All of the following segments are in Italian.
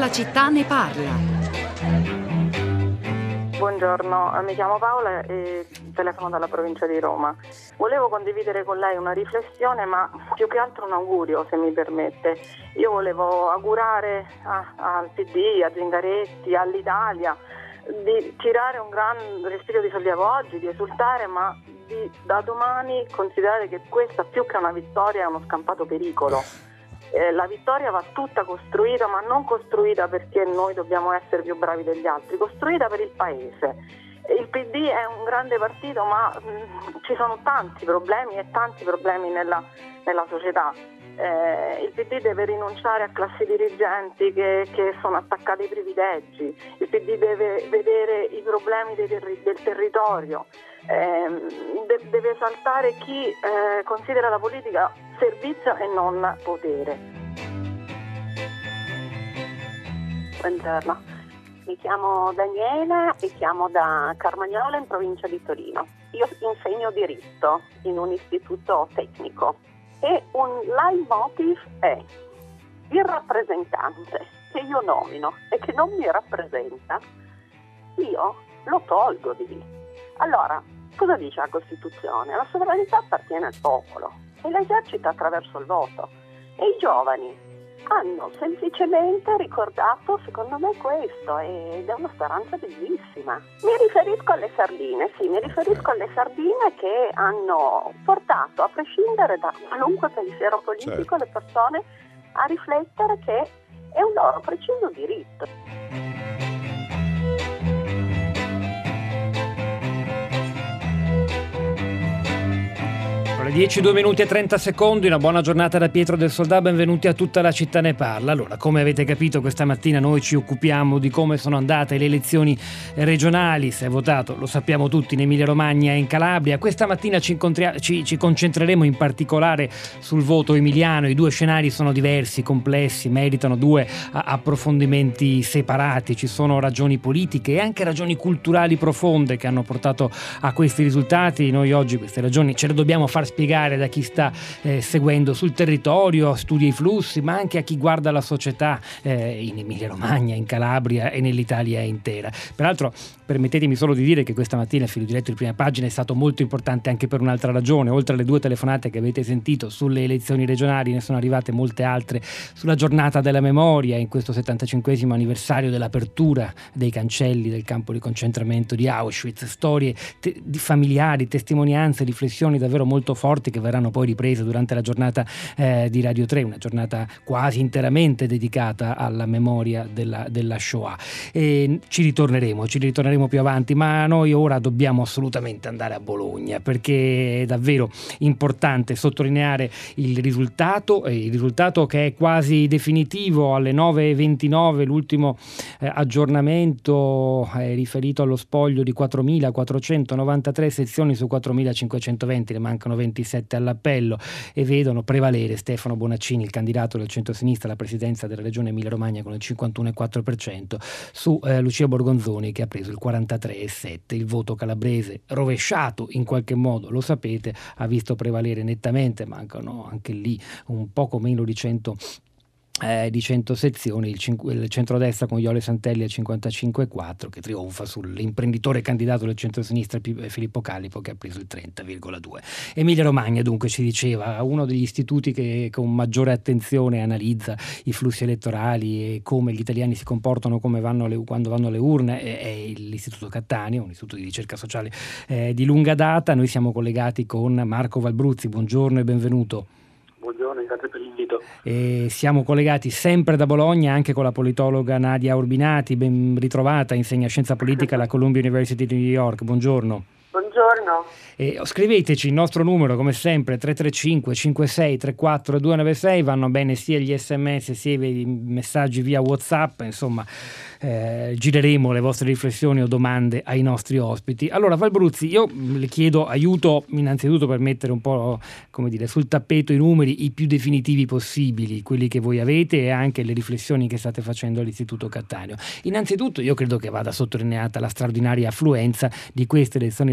la città ne parla. Buongiorno, mi chiamo Paola e telefono dalla provincia di Roma. Volevo condividere con lei una riflessione, ma più che altro un augurio, se mi permette. Io volevo augurare al PD, a Zingaretti, all'Italia di tirare un gran respiro di sollievo oggi, di esultare, ma da domani considerare che questa più che una vittoria è uno scampato pericolo. La vittoria va tutta costruita, ma non costruita perché noi dobbiamo essere più bravi degli altri, costruita per il paese. Il PD è un grande partito, ma ci sono tanti problemi nella società. Il PD deve rinunciare a classi dirigenti che sono attaccate ai privilegi, il PD deve vedere i problemi del territorio, deve esaltare chi considera la politica servizio e non potere. Buongiorno, mi chiamo Daniela e chiamo da Carmagnola in provincia di Torino. Io insegno diritto in un istituto tecnico e un leitmotiv è il rappresentante che io nomino e che non mi rappresenta, io lo tolgo di lì. Allora, cosa dice la Costituzione? La sovranità appartiene al popolo e la esercita attraverso il voto, e i giovani hanno semplicemente ricordato, secondo me, questo, ed è una speranza bellissima. Mi riferisco alle sardine, che hanno portato, a prescindere da qualunque pensiero politico, le persone a riflettere che è un loro preciso diritto. Alle 10, 2 minuti e 30 secondi, una buona giornata da Pietro del Soldà, benvenuti a Tutta la città ne parla. Allora, come avete capito, questa mattina noi ci occupiamo di come sono andate le elezioni regionali. Si è votato, lo sappiamo tutti, in Emilia Romagna e in Calabria. Questa mattina ci concentreremo in particolare sul voto emiliano. I due scenari sono diversi, complessi, meritano due approfondimenti separati. Ci sono ragioni politiche e anche ragioni culturali profonde che hanno portato a questi risultati. Noi oggi queste ragioni ce le dobbiamo far spiegare da chi sta seguendo sul territorio, studia i flussi, ma anche a chi guarda la società in Emilia Romagna, in Calabria e nell'Italia intera. Peraltro, permettetemi solo di dire che questa mattina il filo diretto di Prima Pagina è stato molto importante anche per un'altra ragione. Oltre alle due telefonate che avete sentito sulle elezioni regionali, ne sono arrivate molte altre sulla giornata della memoria, in questo 75esimo anniversario dell'apertura dei cancelli del campo di concentramento di Auschwitz. Storie di familiari, testimonianze, riflessioni davvero molto forti che verranno poi riprese durante la giornata di Radio 3, una giornata quasi interamente dedicata alla memoria della Shoah. E ci ritorneremo più avanti, ma noi ora dobbiamo assolutamente andare a Bologna, perché è davvero importante sottolineare il risultato che è quasi definitivo. Alle 9:29 l'ultimo aggiornamento è riferito allo spoglio di 4.493 sezioni su 4.520, ne mancano 27 all'appello e vedono prevalere Stefano Bonaccini, il candidato del centro-sinistra alla presidenza della regione Emilia-Romagna, con il 51,4% su Lucia Borgonzoni, che ha preso il 43,7%. Il voto calabrese, rovesciato in qualche modo, lo sapete, ha visto prevalere nettamente, mancano anche lì un poco meno di 100 sezioni, il centrodestra con Iole Santelli al 55,4%, che trionfa sull'imprenditore candidato del centrosinistra Filippo Callipo, che ha preso il 30,2%. Emilia Romagna, dunque, ci diceva, uno degli istituti che con maggiore attenzione analizza i flussi elettorali e come gli italiani si comportano quando vanno alle urne è l'Istituto Cattaneo, un istituto di ricerca sociale di lunga data. Noi siamo collegati con Marco Valbruzzi, buongiorno e benvenuto. Buongiorno, grazie per l'invito. Siamo collegati sempre da Bologna anche con la politologa Nadia Urbinati, ben ritrovata, insegna scienza politica alla Columbia University di New York. Buongiorno. Buongiorno. Scriveteci il nostro numero, come sempre, 335 56 34 296, vanno bene sia gli sms sia i messaggi via WhatsApp, insomma gireremo le vostre riflessioni o domande ai nostri ospiti. Allora, Valbruzzi, io le chiedo aiuto innanzitutto per mettere un po', come dire, sul tappeto i numeri i più definitivi possibili, quelli che voi avete e anche le riflessioni che state facendo all'Istituto Cattaneo. Innanzitutto io credo che vada sottolineata la straordinaria affluenza di queste elezioni regionali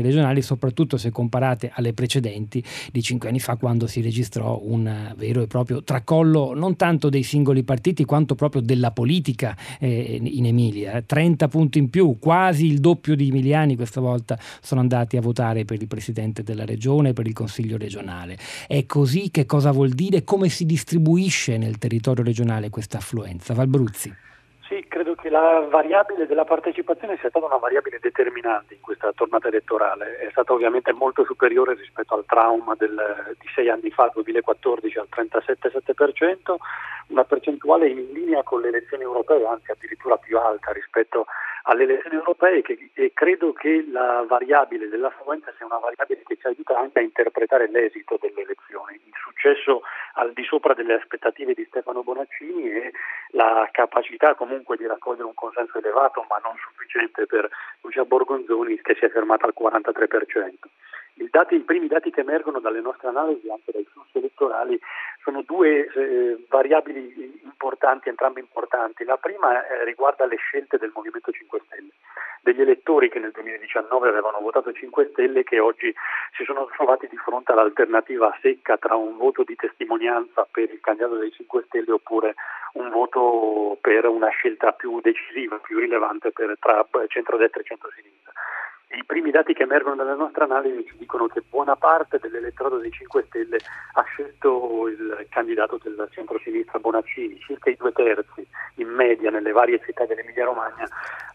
soprattutto se comparate alle precedenti di 5 anni fa, quando si registrò un vero e proprio tracollo non tanto dei singoli partiti quanto proprio della politica in Emilia. 30 punti in più, quasi il doppio di emiliani questa volta sono andati a votare per il presidente della regione e per il consiglio regionale. È così? Che cosa vuol dire? Come si distribuisce nel territorio regionale questa affluenza? Valbruzzi. Sì, credo che la variabile della partecipazione sia stata una variabile determinante in questa tornata elettorale. È stata ovviamente molto superiore rispetto al trauma di 6 anni fa, 2014, al 37,7%, una percentuale in linea con le elezioni europee, anzi addirittura più alta rispetto alle elezioni europee, e credo che la variabile dell'affluenza sia una variabile che ci aiuta anche a interpretare l'esito delle elezioni. Il successo al di sopra delle aspettative di Stefano Bonaccini e la capacità comunque di raccogliere un consenso elevato ma non sufficiente per Lucia Borgonzoni, che si è fermata al 43%. I primi dati che emergono dalle nostre analisi, anche dai flussi elettorali, sono due variabili importanti, entrambe importanti. La prima riguarda le scelte del Movimento 5 Stelle, degli elettori che nel 2019 avevano votato 5 Stelle, che oggi si sono trovati di fronte all'alternativa secca tra un voto di testimonianza per il candidato dei 5 Stelle oppure un voto per una scelta più decisiva, più rilevante tra centrodestra e centrosinistra. I primi dati che emergono dalle nostre analisi ci dicono che buona parte dell'elettorato dei 5 Stelle ha scelto il candidato del centro-sinistra Bonaccini. Circa i 2/3 in media nelle varie città dell'Emilia Romagna,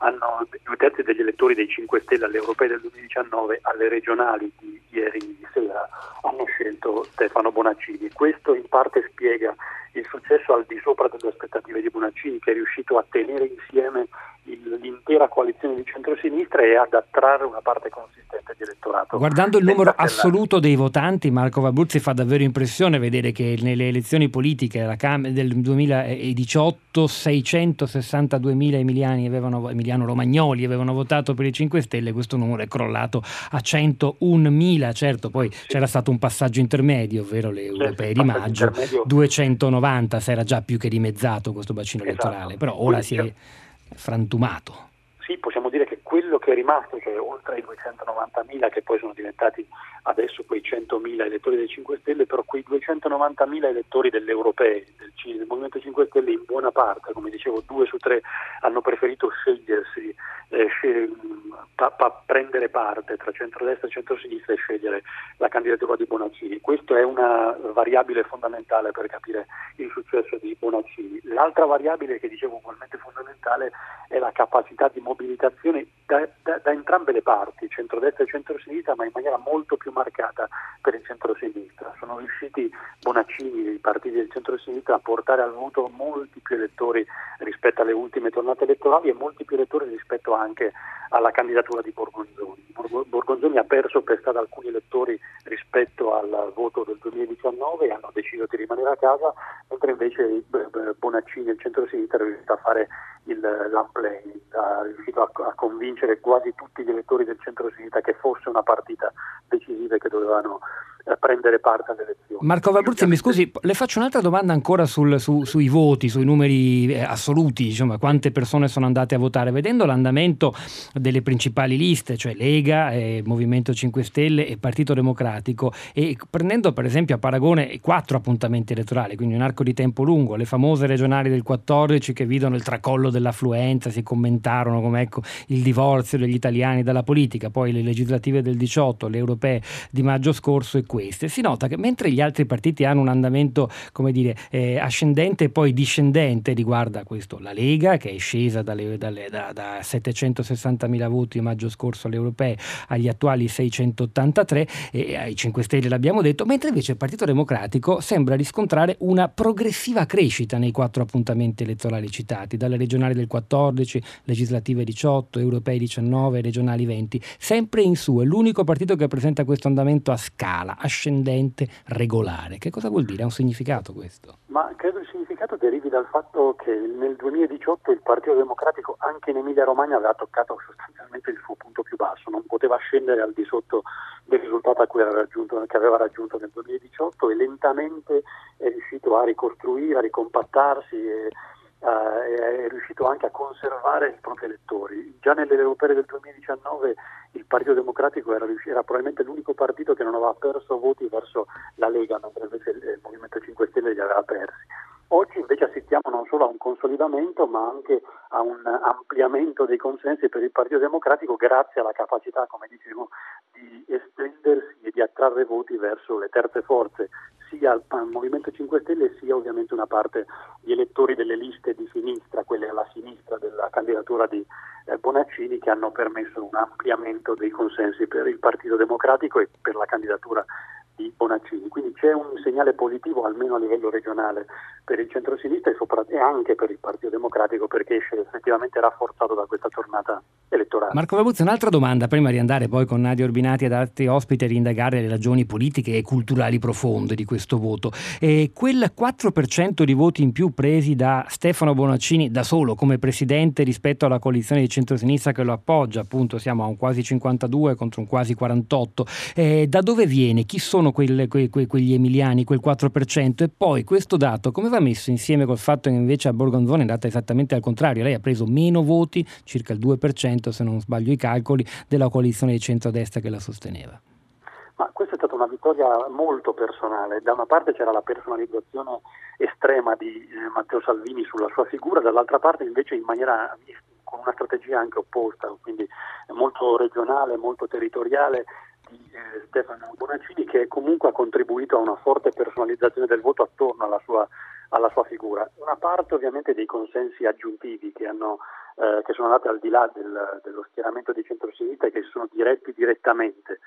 2/3 degli elettori dei 5 Stelle alle europee del 2019, alle regionali di ieri sera, hanno scelto Stefano Bonaccini. Questo in parte spiega il successo al di sopra delle aspettative di Bonaccini, che è riuscito a tenere insieme l'intera coalizione di centrosinistra e ad attrarre una parte consistente di elettorato. Guardando il numero assoluto dei votanti, Marco Valbruzzi, fa davvero impressione vedere che nelle elezioni politiche del 2018 662.000 emiliano-romagnoli avevano votato per i 5 Stelle. Questo numero è crollato a 101.000. Certo, poi c'era stato un passaggio intermedio, ovvero le europee di maggio, 290, si era già più che dimezzato questo bacino elettorale, però ora si è frantumato. Sì, possiamo dire che quello che è rimasto, cioè oltre ai 290.000 che poi sono diventati adesso quei 100.000 elettori dei 5 Stelle, però quei 290.000 elettori delle europee, del Movimento 5 Stelle, in buona parte, come dicevo, 2 su 3 hanno preferito scegliersi, prendere parte tra centrodestra e centrosinistra e scegliere la candidatura di Bonaccini. Questo è una variabile fondamentale per capire il successo di Bonaccini. L'altra variabile che dicevo ugualmente fondamentale è la capacità di mobilitazione da entrambe le parti, centrodestra e centrosinistra, ma in maniera molto più marcata per il centrosinistra. Sono riusciti Bonaccini e i partiti del centrosinistra a portare al voto molti più elettori rispetto alle ultime tornate elettorali e molti più elettori rispetto anche alla candidatura di Borgonzoni. Borgonzoni ha perso per strada alcuni elettori rispetto al voto del 2019 e hanno deciso di rimanere a casa, mentre invece Bonaccini e il centrosinistra è riuscito a fare l'unplaying, è riuscito a convincere quasi tutti gli elettori del centrosinistra che fosse una partita decisiva e che dovevano prendere parte alle elezioni. Marco Valbruzzi, mi scusi, le faccio un'altra domanda ancora sui voti, sui numeri assoluti, insomma, quante persone sono andate a votare, vedendo l'andamento delle principali liste, cioè Lega, Movimento 5 Stelle e Partito Democratico, e prendendo per esempio a paragone 4 appuntamenti elettorali, quindi un arco di tempo lungo, le famose regionali del 14 che videro il tracollo dell'affluenza, si commentarono come il divorzio degli italiani dalla politica, poi le legislative del 18, le europee di maggio scorso e queste. Si nota che mentre gli altri partiti hanno un andamento, come dire, ascendente e poi discendente, riguarda questo la Lega, che è scesa da 760.000 voti maggio scorso alle europee agli attuali 683, e ai 5 Stelle l'abbiamo detto, mentre invece il Partito Democratico sembra riscontrare una progressiva crescita nei 4 appuntamenti elettorali citati, dalle regionali del 14, legislative 18, europei 19, regionali 20, sempre in su. È l'unico partito che presenta questo andamento a scala, ascendente, regolare. Che cosa vuol dire? Ha un significato questo? Ma credo il significato derivi dal fatto che nel 2018 il Partito Democratico anche in Emilia Romagna aveva toccato sostanzialmente il suo punto più basso, non poteva scendere al di sotto del risultato che aveva raggiunto nel 2018, e lentamente è riuscito a ricostruire, a ricompattarsi e è riuscito anche a conservare i propri elettori. Già nelle europee del 2019 il Partito Democratico era probabilmente l'unico partito che non aveva perso voti verso la Lega, mentre invece il Movimento 5 Stelle li aveva persi. Oggi invece assistiamo non solo a un consolidamento ma anche a un ampliamento dei consensi per il Partito Democratico grazie alla capacità, come dicevo, di estendersi e di attrarre voti verso le terze forze, sia al Movimento 5 Stelle sia ovviamente una parte di elettori delle liste di sinistra, quelle alla sinistra della candidatura di Bonaccini, che hanno permesso un ampliamento dei consensi per il Partito Democratico e per la candidatura di Bonaccini. Quindi c'è un segnale positivo almeno a livello regionale per il centrosinistra e anche per il Partito Democratico, perché esce effettivamente rafforzato da questa tornata elettorale. Marco Vabuzzi, un'altra domanda prima di andare poi con Nadia Urbinati ed altri ospiti a indagare le ragioni politiche e culturali profonde di questo voto. Quel 4% di voti in più presi da Stefano Bonaccini da solo come presidente rispetto alla coalizione di centrosinistra che lo appoggia, appunto siamo a un quasi 52 contro un quasi 48, da dove viene? Chi sono quegli emiliani, quel 4%? E poi questo dato come va messo insieme col fatto che invece a Borgonzone è andata esattamente al contrario, lei ha preso meno voti, circa il 2% se non sbaglio i calcoli, della coalizione di centrodestra che la sosteneva? Ma questa è stata una vittoria molto personale. Da una parte c'era la personalizzazione estrema di Matteo Salvini sulla sua figura, dall'altra parte invece con una strategia anche opposta, quindi molto regionale, molto territoriale, di Stefano Bonaccini, che comunque ha contribuito a una forte personalizzazione del voto attorno alla sua figura. Una parte ovviamente dei consensi aggiuntivi che sono andati al di là dello schieramento di centrosinistra e che si sono diretti direttamente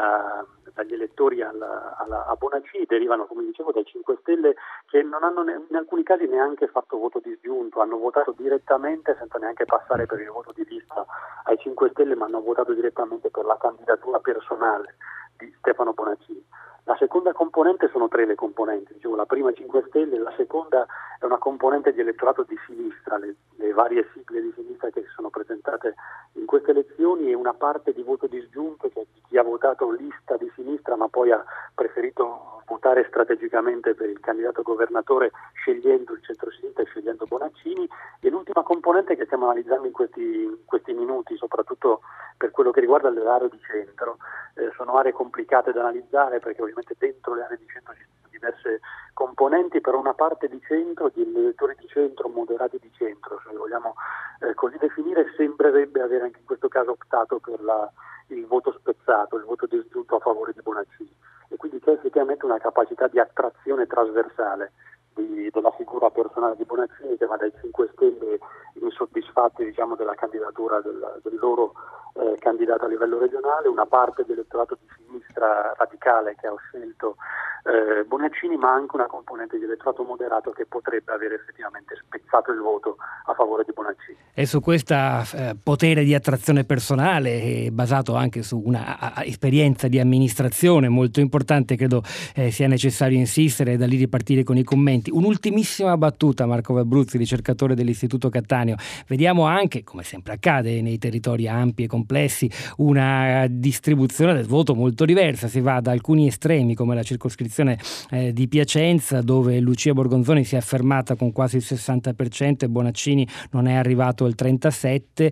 dagli elettori a Bonaccini derivano, come dicevo, dai 5 Stelle, che non hanno in alcuni casi neanche fatto voto disgiunto, hanno votato direttamente senza neanche passare per il voto di lista ai 5 Stelle, ma hanno votato direttamente per la candidatura personale di Stefano Bonaccini. La seconda componente sono 3 le componenti, dicevo, la prima 5 Stelle, la seconda è una componente di elettorato di sinistra, le varie sigle di sinistra che si sono presentate in queste elezioni, e una parte di voto disgiunto, che è di chi ha votato lista di sinistra ma poi ha preferito votare strategicamente per il candidato governatore scegliendo il centrosinistra e scegliendo Bonaccini. E l'ultima componente che stiamo analizzando in questi minuti, soprattutto per quello che riguarda le aree di centro, sono aree complicate da analizzare perché ovviamente dentro le aree di centro ci sono diverse componenti, però una parte di centro, di elettori di centro, moderati di centro, se li vogliamo così definire, sembrerebbe avere anche in questo caso optato per il voto spezzato, il voto disgiunto a favore di Bonaccini, e quindi c'è effettivamente una capacità di attrazione trasversale della figura personale di Bonaccini, che va dai 5 Stelle insoddisfatti della candidatura del loro candidato a livello regionale, una parte dell'elettorato di sinistra radicale che ha scelto Bonaccini, ma anche una componente di elettorato moderato che potrebbe avere effettivamente spezzato il voto a favore di Bonaccini. E su questo potere di attrazione personale, basato anche su una esperienza di amministrazione molto importante, credo sia necessario insistere e da lì ripartire con i commenti. Un'ultimissima battuta, Marco Vabuzzi, ricercatore dell'Istituto Cattaneo. Vediamo anche, come sempre accade nei territori ampi e complessi, una distribuzione del voto molto diversa. Si va da alcuni estremi, come la circoscrizione di Piacenza, dove Lucia Borgonzoni si è affermata con quasi il 60% e Bonaccini non è arrivato al 37%,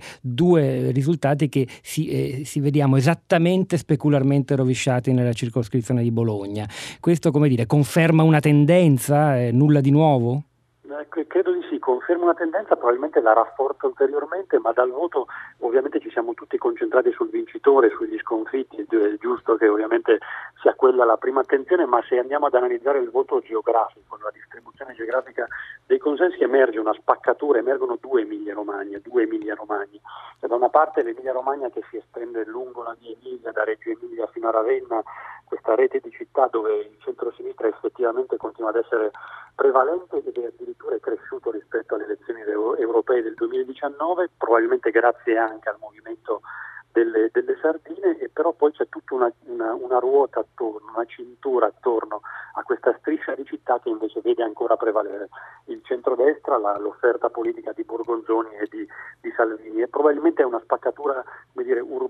2 risultati che si vediamo esattamente specularmente rovesciati nella circoscrizione di Bologna. Questo, come dire, conferma una tendenza? Nulla di nuovo? Credo di sì, conferma una tendenza, probabilmente la rafforza ulteriormente, ma dal voto ovviamente ci siamo tutti concentrati sul vincitore, sugli sconfitti. È giusto che ovviamente sia quella la prima attenzione, ma se andiamo ad analizzare il voto geografico, la distribuzione geografica dei consensi, emerge una spaccatura, emergono 2 Emilia-Romagna. Da una parte l'Emilia-Romagna che si estende lungo la via Emilia, da Reggio Emilia fino a Ravenna, questa rete di città dove il centro-sinistra effettivamente continua ad essere prevalente ed è addirittura cresciuto rispetto alle elezioni europee del 2019, probabilmente grazie anche al movimento delle sardine, e però poi c'è tutta una ruota attorno, una cintura attorno a questa striscia di città che invece vede ancora prevalere il centrodestra, l'offerta politica di Borgonzoni e di Salvini, e probabilmente è una spaccatura, come dire,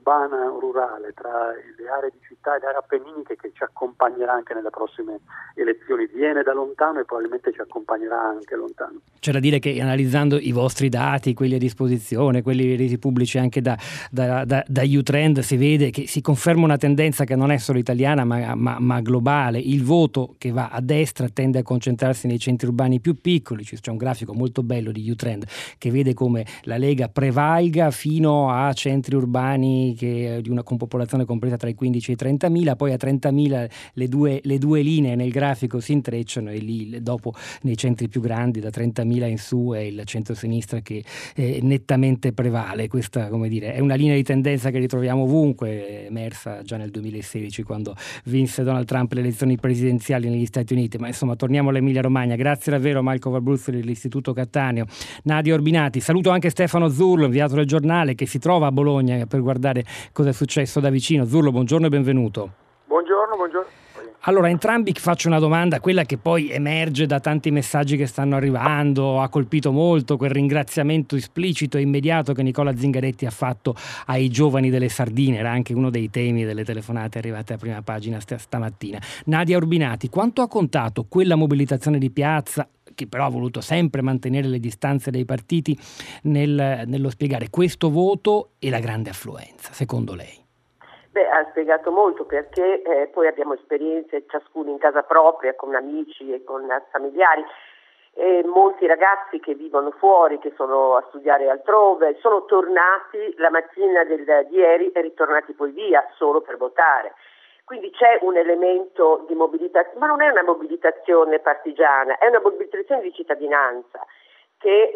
urbana rurale, tra le aree di città e le aree appenniniche, che ci accompagnerà anche nelle prossime elezioni. Viene da lontano e probabilmente ci accompagnerà anche lontano. C'è da dire che, analizzando i vostri dati, quelli a disposizione, quelli resi pubblici anche da U-Trend, si vede che si conferma una tendenza che non è solo italiana ma globale. Il voto che va a destra tende a concentrarsi nei centri urbani più piccoli. C'è un grafico molto bello di U-Trend che vede come la Lega prevalga fino a centri urbani con popolazione compresa tra i 15 e i 30.000, poi a 30.000 le due linee nel grafico si intrecciano e lì dopo nei centri più grandi da 30.000 in su è il centro-sinistra che nettamente prevale. Questa, come dire, è una linea di tendenza che ritroviamo ovunque, emersa già nel 2016 quando vinse Donald Trump le elezioni presidenziali negli Stati Uniti. Ma insomma, torniamo all'Emilia Romagna. Grazie davvero Marco Valbruzzi dell'Istituto Cattaneo, Nadia Orbinati. Saluto anche Stefano Zurlo, inviato del Giornale, che si trova a Bologna per guardare cosa è successo da vicino. Zurlo, buongiorno e benvenuto. Buongiorno. Allora, entrambi faccio una domanda, quella che poi emerge da tanti messaggi che stanno arrivando. Ha colpito molto quel ringraziamento esplicito e immediato che Nicola Zingaretti ha fatto ai giovani delle Sardine. Era anche uno dei temi delle telefonate arrivate a prima pagina stamattina. Nadia Orbinati, quanto ha contato quella mobilitazione di piazza, che però ha voluto sempre mantenere le distanze dei partiti, nello spiegare questo voto e la grande affluenza, secondo lei? Ha spiegato molto, perché poi abbiamo esperienze ciascuno in casa propria, con amici e con familiari, e molti ragazzi che vivono fuori, che sono a studiare altrove, sono tornati la mattina di ieri e ritornati poi via solo per votare. Quindi c'è un elemento di mobilitazione, ma non è una mobilitazione partigiana, è una mobilitazione di cittadinanza che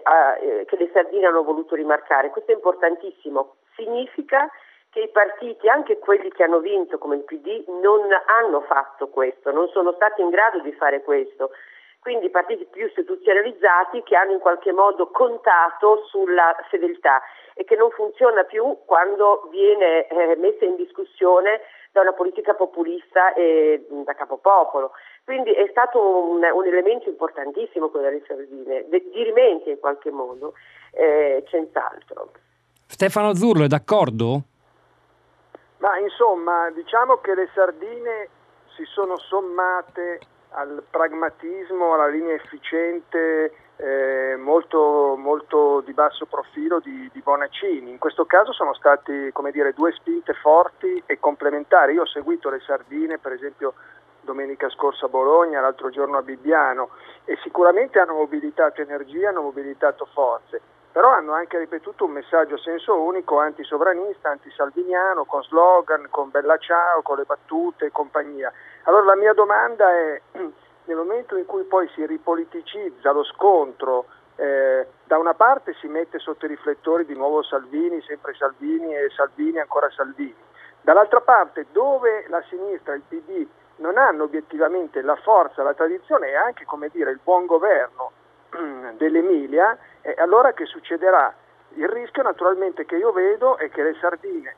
le Sardine hanno voluto rimarcare. Questo è importantissimo, significa che i partiti, anche quelli che hanno vinto come il PD, non hanno fatto questo, non sono stati in grado di fare questo. Quindi partiti più istituzionalizzati che hanno in qualche modo contato sulla fedeltà e che non funziona più quando viene messa in discussione da una politica populista e da capopopolo. Quindi è stato un elemento importantissimo quello delle Sardine, di rimente in qualche modo, senz'altro. Stefano Zurlo, è d'accordo? Ma insomma, diciamo che le Sardine si sono sommate al pragmatismo, alla linea efficiente, molto, molto di basso profilo di Bonaccini. In questo caso sono stati, come dire, due spinte forti e complementari. Io ho seguito le Sardine, per esempio domenica scorsa a Bologna, l'altro giorno a Bibbiano, e sicuramente hanno mobilitato energia, hanno mobilitato forze. Però hanno anche ripetuto un messaggio a senso unico, antisovranista, antisalviniano, con slogan, con Bella Ciao, con le battute e compagnia. Allora la mia domanda è, nel momento in cui poi si ripoliticizza lo scontro, da una parte si mette sotto i riflettori di nuovo Salvini, sempre Salvini e Salvini ancora Salvini, dall'altra parte dove la sinistra e il PD non hanno obiettivamente la forza, la tradizione e anche, come dire, il buon governo dell'Emilia, allora che succederà? Il rischio naturalmente che io vedo è che le Sardine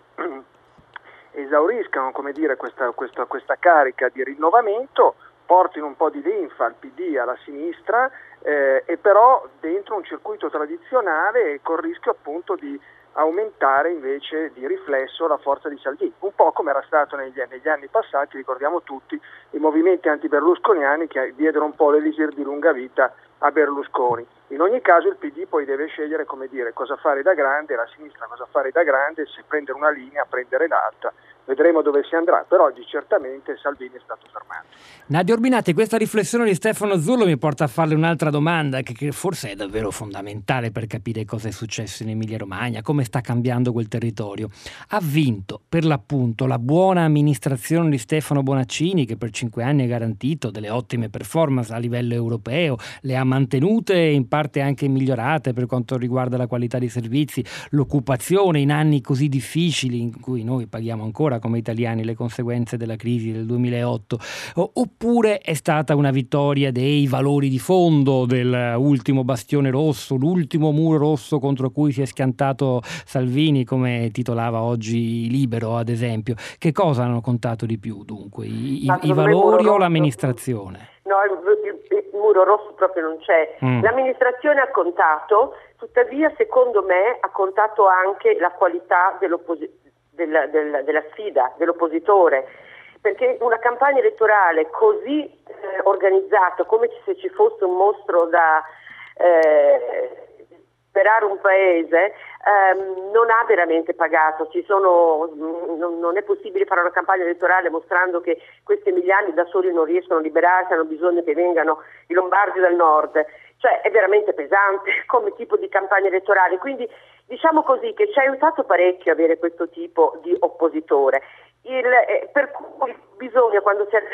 esauriscano, come dire, questa carica di rinnovamento, portino un po' di linfa al PD, alla sinistra, e però dentro un circuito tradizionale col rischio appunto di aumentare invece di riflesso la forza di Salvini, un po' come era stato negli anni passati. Ricordiamo tutti i movimenti anti-berlusconiani che diedero un po' l'elisir di lunga vita a Berlusconi. In ogni caso il PD poi deve scegliere, come dire, cosa fare da grande, la sinistra cosa fare da grande, se prendere una linea, prendere l'altra. Vedremo dove si andrà, però oggi certamente Salvini è stato fermato. Nadia Orbinati, questa riflessione di Stefano Zurlo mi porta a farle un'altra domanda che forse è davvero fondamentale per capire cosa è successo in Emilia Romagna, come sta cambiando quel territorio. Ha vinto per l'appunto la buona amministrazione di Stefano Bonaccini, che per 5 anni ha garantito delle ottime performance a livello europeo, le ha mantenute e in parte anche migliorate per quanto riguarda la qualità dei servizi, l'occupazione in anni così difficili in cui noi paghiamo ancora come italiani le conseguenze della crisi del 2008, oppure è stata una vittoria dei valori di fondo dell'ultimo bastione rosso, l'ultimo muro rosso contro cui si è schiantato Salvini, come titolava oggi Libero ad esempio? Che cosa hanno contato di più dunque, i valori o l'amministrazione? No, il muro rosso proprio non c'è. L'amministrazione ha contato, tuttavia secondo me ha contato anche la qualità della sfida, dell'oppositore, perché una campagna elettorale così organizzata, come se ci fosse un mostro da sperare un paese, non ha veramente pagato. Non è possibile fare una campagna elettorale mostrando che questi emiliani da soli non riescono a liberarsi, hanno bisogno che vengano i lombardi dal nord. Cioè è veramente pesante come tipo di campagna elettorale, quindi diciamo così che ci ha aiutato parecchio avere questo tipo di oppositore. Per cui bisogna, quando si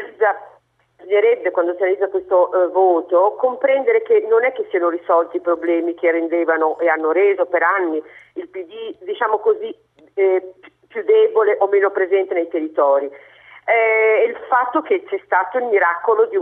analizza questo voto, comprendere che non è che siano risolti i problemi che rendevano e hanno reso per anni il PD, diciamo così, più debole o meno presente nei territori. Il fatto che c'è stato il miracolo di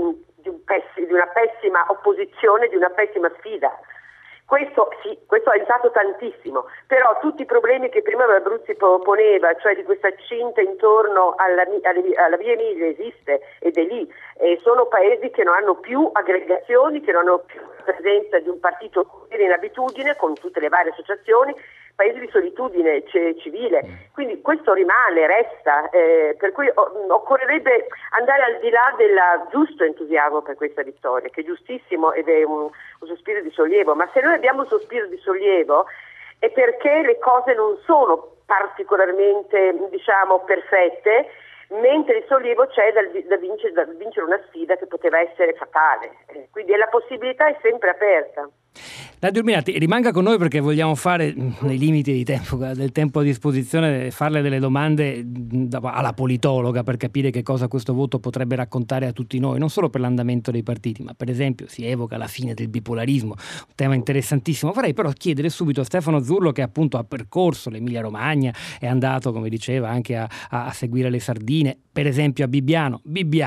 una pessima opposizione, di una pessima sfida. Questo ha aiutato tantissimo, però tutti i problemi che prima Abruzzi poneva, cioè di questa cinta intorno alla via Emilia, esiste ed è lì, e sono paesi che non hanno più aggregazioni, che non hanno più presenza di un partito in abitudine con tutte le varie associazioni, paesi di solitudine civile, quindi questo rimane, resta, per cui occorrerebbe andare al di là del giusto entusiasmo per questa vittoria, che è giustissimo ed è un sospiro di sollievo, ma se noi abbiamo un sospiro di sollievo è perché le cose non sono particolarmente, diciamo, perfette, mentre il sollievo c'è da vincere una sfida che poteva essere fatale, quindi la possibilità è sempre aperta. Nadia Urbinati, rimanga con noi perché vogliamo fare, nei limiti del tempo a disposizione, farle delle domande alla politologa per capire che cosa questo voto potrebbe raccontare a tutti noi, non solo per l'andamento dei partiti, ma per esempio si evoca la fine del bipolarismo, un tema interessantissimo. Vorrei però chiedere subito a Stefano Zurlo, che appunto ha percorso l'Emilia Romagna, è andato, come diceva, anche a seguire le sardine, per esempio a Bibbiano,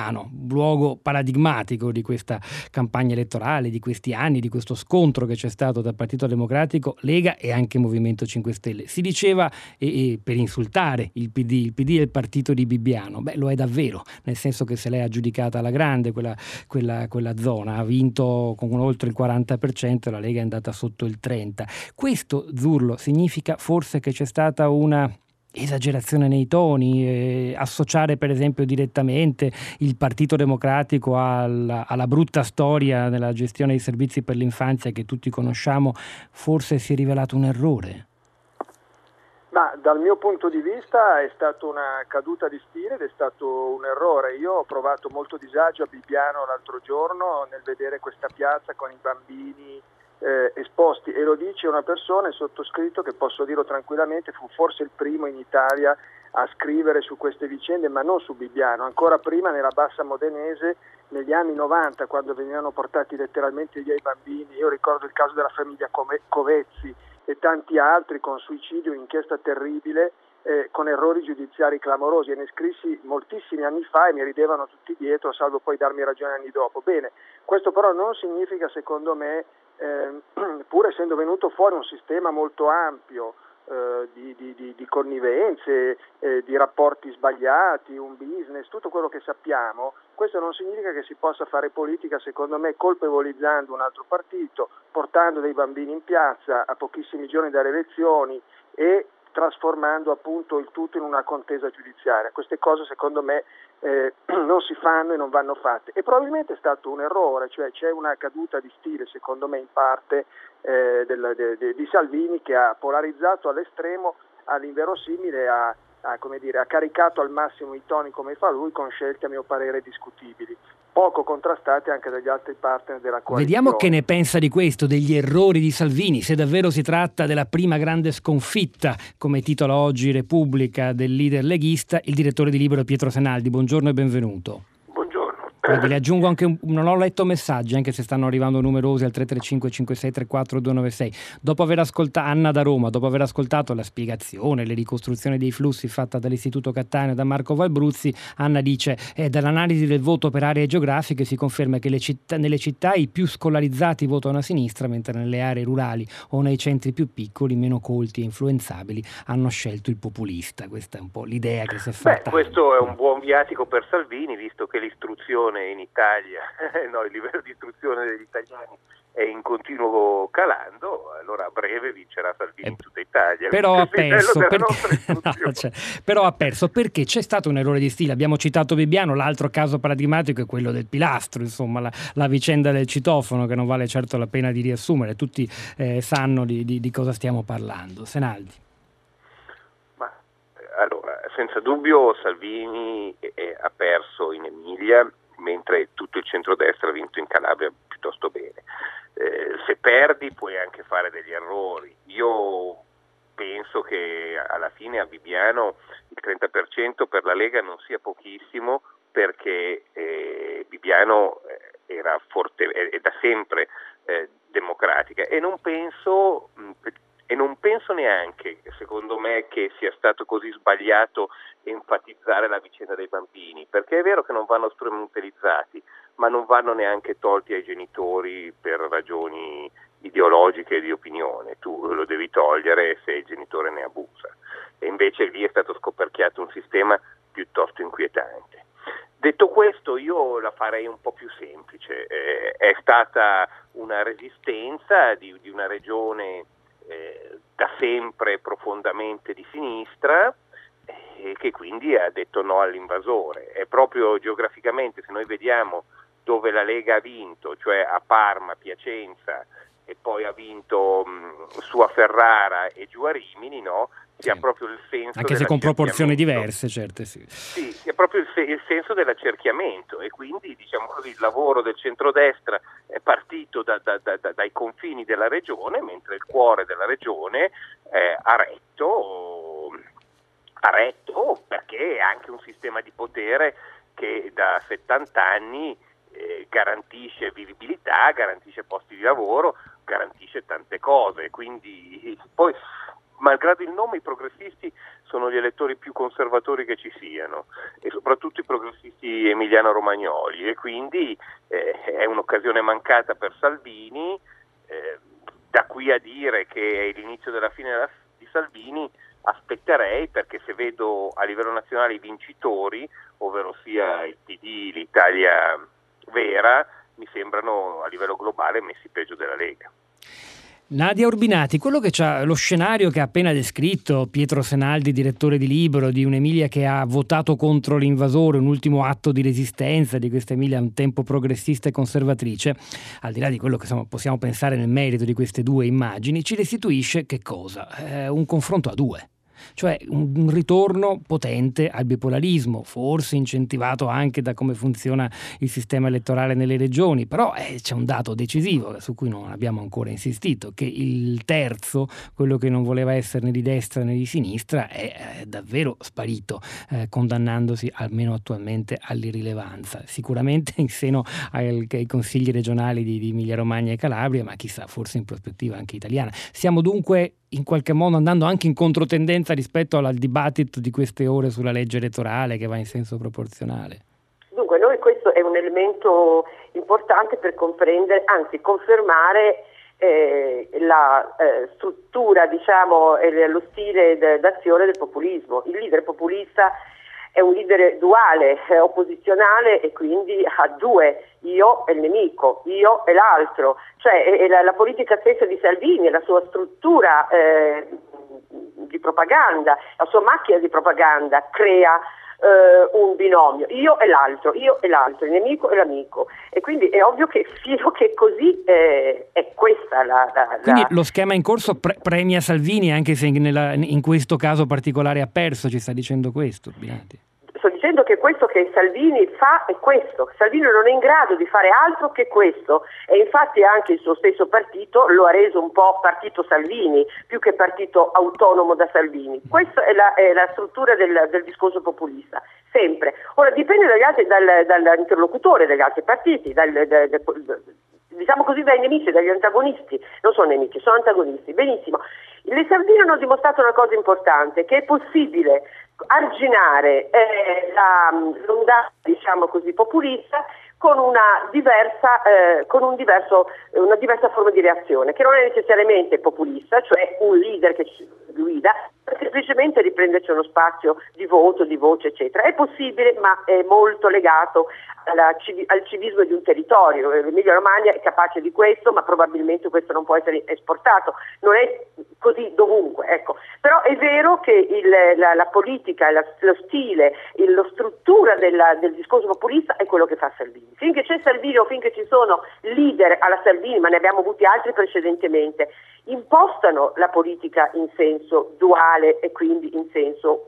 luogo paradigmatico di questa campagna elettorale, di questi anni, di questo scontro che c'è stato dal Partito Democratico, Lega e anche Movimento 5 Stelle. Si diceva per insultare il PD è il partito di Bibbiano. Beh, lo è davvero, nel senso che se l'è aggiudicata alla grande quella zona, ha vinto con oltre il 40%, la Lega è andata sotto il 30%. Questo, Zurlo, significa forse che c'è stata una esagerazione nei toni, associare per esempio direttamente il Partito Democratico alla brutta storia nella gestione dei servizi per l'infanzia che tutti conosciamo, forse si è rivelato un errore? Ma dal mio punto di vista è stata una caduta di stile ed è stato un errore. Io ho provato molto disagio a Bibbiano l'altro giorno nel vedere questa piazza con i bambini esposti, e lo dice una persona, il sottoscritto, che posso dirlo tranquillamente fu forse il primo in Italia a scrivere su queste vicende, ma non su Bibbiano, ancora prima nella Bassa Modenese negli anni 90, quando venivano portati letteralmente via i bambini. Io ricordo il caso della famiglia Covezzi e tanti altri con suicidio, inchiesta terribile, con errori giudiziari clamorosi, e ne scrissi moltissimi anni fa e mi ridevano tutti dietro, salvo poi darmi ragione anni dopo. Bene, questo però non significa, secondo me, pur essendo venuto fuori un sistema molto ampio di connivenze, di rapporti sbagliati, un business, tutto quello che sappiamo, questo non significa che si possa fare politica, secondo me, colpevolizzando un altro partito, portando dei bambini in piazza a pochissimi giorni dalle elezioni e trasformando appunto il tutto in una contesa giudiziaria. Queste cose, secondo me, non si fanno e non vanno fatte, e probabilmente è stato un errore, cioè c'è una caduta di stile, secondo me, in parte di Salvini, che ha polarizzato all'estremo, all'inverosimile, ha caricato al massimo i toni come fa lui, con scelte a mio parere discutibili, poco contrastate anche dagli altri partner della coalizione. Vediamo che ne pensa di questo, degli errori di Salvini, se davvero si tratta della prima grande sconfitta, come titola oggi Repubblica, del leader leghista, il direttore di Libero Pietro Senaldi. Buongiorno e benvenuto. Le aggiungo anche non ho letto messaggi, anche se stanno arrivando numerosi al 335 5634 296. Dopo aver ascoltato Anna da Roma, dopo aver ascoltato la spiegazione, le ricostruzioni dei flussi fatta dall'Istituto Cattaneo da Marco Valbruzzi, Anna dice: dall'analisi del voto per aree geografiche si conferma che nelle città i più scolarizzati votano a sinistra, mentre nelle aree rurali o nei centri più piccoli, meno colti e influenzabili, hanno scelto il populista. Questa è un po' l'idea che si è fatta. Questo è un buon viatico per Salvini, visto che l'istruzione in Italia, il livello di istruzione degli italiani è in continuo calando, allora a breve vincerà Salvini in tutta Italia. Però ha perso, però ha perso perché c'è stato un errore di stile. Abbiamo citato Bibbiano, l'altro caso paradigmatico è quello del pilastro, insomma la vicenda del citofono, che non vale certo la pena di riassumere, tutti sanno di cosa stiamo parlando. Senaldi. Ma allora, senza dubbio Salvini ha perso in Emilia, mentre tutto il centrodestra ha vinto in Calabria piuttosto bene. Se perdi puoi anche fare degli errori. Io penso che alla fine a Bibbiano il 30% per la Lega non sia pochissimo, perché Bibbiano era forte, è da sempre democratica, e non penso neanche, secondo me, che sia stato così sbagliato enfatizzare la vicenda dei bambini, perché è vero che non vanno strumentalizzati, ma non vanno neanche tolti ai genitori per ragioni ideologiche e di opinione. Tu lo devi togliere se il genitore ne abusa, e invece lì è stato scoperchiato un sistema piuttosto inquietante. Detto questo, io la farei un po' più semplice. È stata una resistenza di una regione da sempre profondamente di sinistra, che quindi ha detto no all'invasore. È proprio geograficamente, se noi vediamo dove la Lega ha vinto, cioè a Parma, Piacenza, e poi ha vinto su a Ferrara e giù a Rimini, no? Si ha proprio il senso, anche se con proporzioni diverse, certo, sì. Sì, si ha proprio il senso dell'accerchiamento, e quindi, diciamo così, il lavoro del centrodestra è partito dai confini della regione, mentre il cuore della regione ha retto perché è anche un sistema di potere che da 70 anni garantisce vivibilità, garantisce posti di lavoro, garantisce tante cose. Quindi poi, malgrado il nome, i progressisti sono gli elettori più conservatori che ci siano, e soprattutto i progressisti emiliano-romagnoli, e quindi è un'occasione mancata per Salvini. Da qui a dire che è l'inizio della fine di Salvini aspetterei, perché se vedo a livello nazionale i vincitori, ovvero sia il PD, l'Italia Vera, mi sembrano a livello globale messi peggio della Lega. Nadia Urbinati, quello che c'ha lo scenario che ha appena descritto Pietro Senaldi, direttore di Libero, di un'Emilia che ha votato contro l'invasore, un ultimo atto di resistenza di questa Emilia un tempo progressista e conservatrice, al di là di quello che possiamo pensare nel merito di queste due immagini, ci restituisce che cosa? Un confronto a due. Cioè un ritorno potente al bipolarismo, forse incentivato anche da come funziona il sistema elettorale nelle regioni, però c'è un dato decisivo su cui non abbiamo ancora insistito, che il terzo, quello che non voleva essere né di destra né di sinistra, è davvero sparito, condannandosi almeno attualmente all'irrilevanza, sicuramente in seno ai consigli regionali di Emilia Romagna e Calabria, ma chissà, forse in prospettiva anche italiana. Siamo dunque in qualche modo andando anche in controtendenza rispetto al dibattito di queste ore sulla legge elettorale, che va in senso proporzionale. Dunque, questo è un elemento importante per comprendere, anzi confermare la struttura, diciamo, e lo stile d'azione del populismo. Il leader populista è un leader duale, opposizionale, e quindi ha due, io e il nemico, io e l'altro, cioè la politica stessa di Salvini, la sua struttura di propaganda, la sua macchina di propaganda crea un binomio, io e l'altro, il nemico e l'amico, e quindi è ovvio che fino che così è questa Quindi lo schema in corso premia Salvini, anche se in questo caso particolare ha perso, ci sta dicendo questo, Urbinati? Sto dicendo che questo che Salvini fa è questo. Salvini non è in grado di fare altro che questo, e infatti anche il suo stesso partito lo ha reso un po' partito Salvini, più che partito autonomo da Salvini. Questa è la struttura del discorso populista, sempre. Ora dipende dall'interlocutore degli altri partiti, diciamo così, dai nemici, dagli antagonisti. Non sono nemici, sono antagonisti. Benissimo. Le Salvini hanno dimostrato una cosa importante, che è possibile arginare l'ondata, diciamo così, populista con una diversa forma di reazione, che non è necessariamente populista, cioè un leader che guida, per semplicemente riprenderci uno spazio di voto, di voce, eccetera. È possibile, ma è molto legato al civismo di un territorio. L'Emilia Romagna è capace di questo, ma probabilmente questo non può essere esportato, non è così dovunque, ecco. Però è vero che la politica, lo stile, la struttura del discorso populista è quello che fa Salvini. Finché c'è Salvini o finché ci sono leader alla Salvini, ma ne abbiamo avuti altri precedentemente, impostano la politica in senso duale e quindi in senso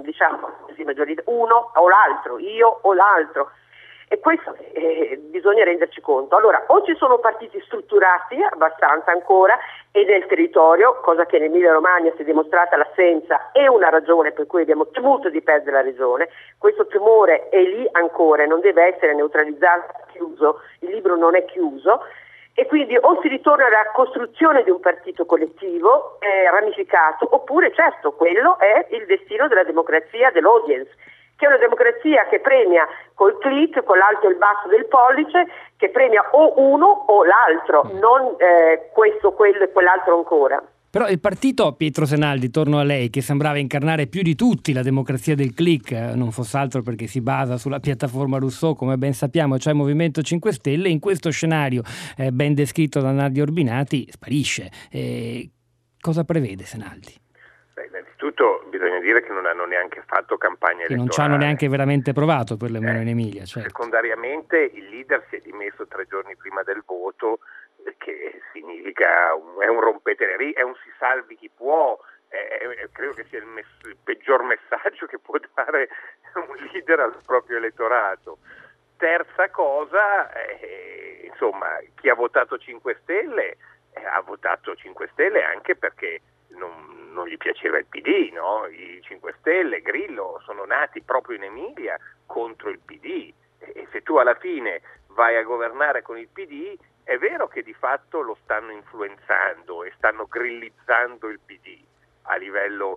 uno o l'altro, io o l'altro. E questo bisogna renderci conto. Allora, o ci sono partiti strutturati abbastanza ancora e nel territorio, cosa che in Emilia Romagna si è dimostrata l'assenza, è una ragione per cui abbiamo temuto di perdere la regione. Questo timore è lì ancora, non deve essere neutralizzato, chiuso, il libro non è chiuso. E quindi o si ritorna alla costruzione di un partito collettivo ramificato, oppure certo quello è il destino della democrazia dell'audience, che è una democrazia che premia col click, con l'alto e il basso del pollice, che premia o uno o l'altro, non questo, quello e quell'altro ancora. Però il partito, Pietro Senaldi, torno a lei, che sembrava incarnare più di tutti la democrazia del click, non fosse altro perché si basa sulla piattaforma Rousseau, come ben sappiamo, cioè Movimento 5 Stelle, in questo scenario ben descritto da Nadia Urbinati sparisce. Cosa prevede Senaldi? Innanzitutto bisogna dire che non hanno neanche fatto campagna elettorale. Non ci hanno neanche veramente provato, perlomeno in Emilia. Certo. Secondariamente il leader si è dimesso 3 giorni prima del voto, che significa è un rompete, è un si salvi chi può. Credo che sia il peggior messaggio che può dare un leader al proprio elettorato. Terza cosa, insomma, chi ha votato 5 Stelle ha votato 5 Stelle anche perché non gli piaceva il PD, no? I 5 Stelle, Grillo, sono nati proprio in Emilia contro il PD, e se tu alla fine vai a governare con il PD, è vero che di fatto lo stanno influenzando e stanno grillizzando il PD a livello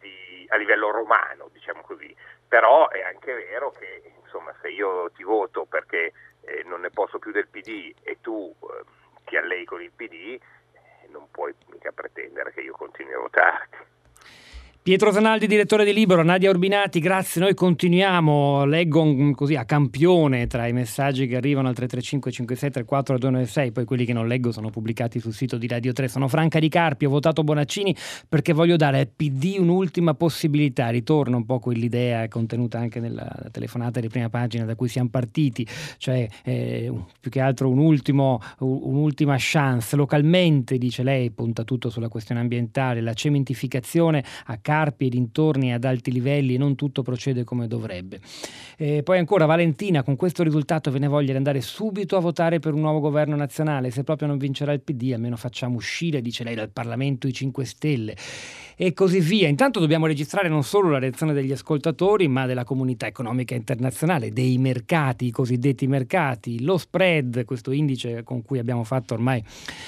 romano, diciamo così, però è anche vero che insomma se io ti voto perché non ne posso più del PD e tu ti allei con il PD, non puoi mica pretendere che io continui a votarti. Pietro Senaldi, direttore di Libero, Nadia Urbinati, grazie. Noi continuiamo, leggo così a campione tra i messaggi che arrivano al 335 5634 296, poi quelli che non leggo sono pubblicati sul sito di Radio 3. Sono Franca Di Carpi, ho votato Bonaccini perché voglio dare al PD un'ultima possibilità. Ritorna un po' quell'idea contenuta anche nella telefonata di prima pagina da cui siamo partiti, cioè più che altro un'ultima chance. Localmente, dice lei, punta tutto sulla questione ambientale, la cementificazione a Carpi e dintorni ad alti livelli, non tutto procede come dovrebbe. Poi ancora Valentina, con questo risultato ve ne voglia di andare subito a votare per un nuovo governo nazionale, se proprio non vincerà il PD almeno facciamo uscire, dice lei, dal Parlamento i 5 Stelle e così via. Intanto dobbiamo registrare non solo la reazione degli ascoltatori ma della comunità economica internazionale, dei mercati, i cosiddetti mercati, lo spread, questo indice con cui abbiamo fatto ormai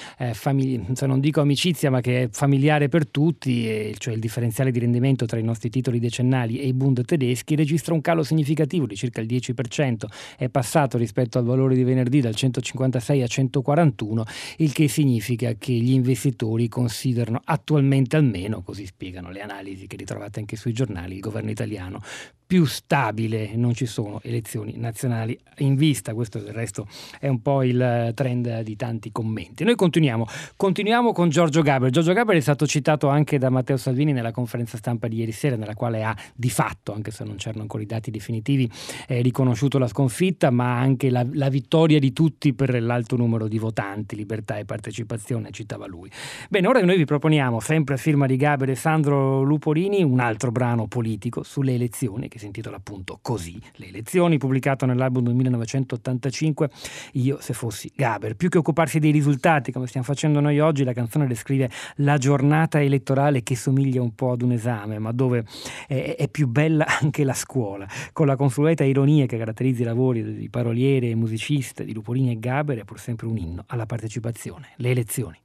non dico amicizia ma che è familiare per tutti, cioè il differenziale di rendimento tra i nostri titoli decennali e i Bund tedeschi, registra un calo significativo di circa il 10%, è passato rispetto al valore di venerdì dal 156 a 141, il che significa che gli investitori considerano attualmente, almeno così spiegano le analisi che ritrovate anche sui giornali, il governo italiano più stabile. Non ci sono elezioni nazionali in vista, questo del resto è un po' il trend di tanti commenti. Noi continuiamo con Giorgio Gaber. Giorgio Gaber è stato citato anche da Matteo Salvini nella conferenza stampa di ieri sera, nella quale ha di fatto, anche se non c'erano ancora i dati definitivi, riconosciuto la sconfitta ma anche la vittoria di tutti per l'alto numero di votanti, libertà e partecipazione, citava lui. Bene, ora noi vi proponiamo, sempre a firma di Gaber e Sandro Lupolini, un altro brano politico sulle elezioni che si intitola appunto Così, le elezioni, pubblicato nell'album del 1985, Io se fossi Gaber. Più che occuparsi dei risultati come stiamo facendo noi oggi, la canzone descrive la giornata elettorale che somiglia un po' ad un esame, ma dove è più bella anche la scuola, con la consueta ironia che caratterizza i lavori di paroliere e musiciste di Lupolini e Gaber. È pur sempre un inno alla partecipazione, le elezioni.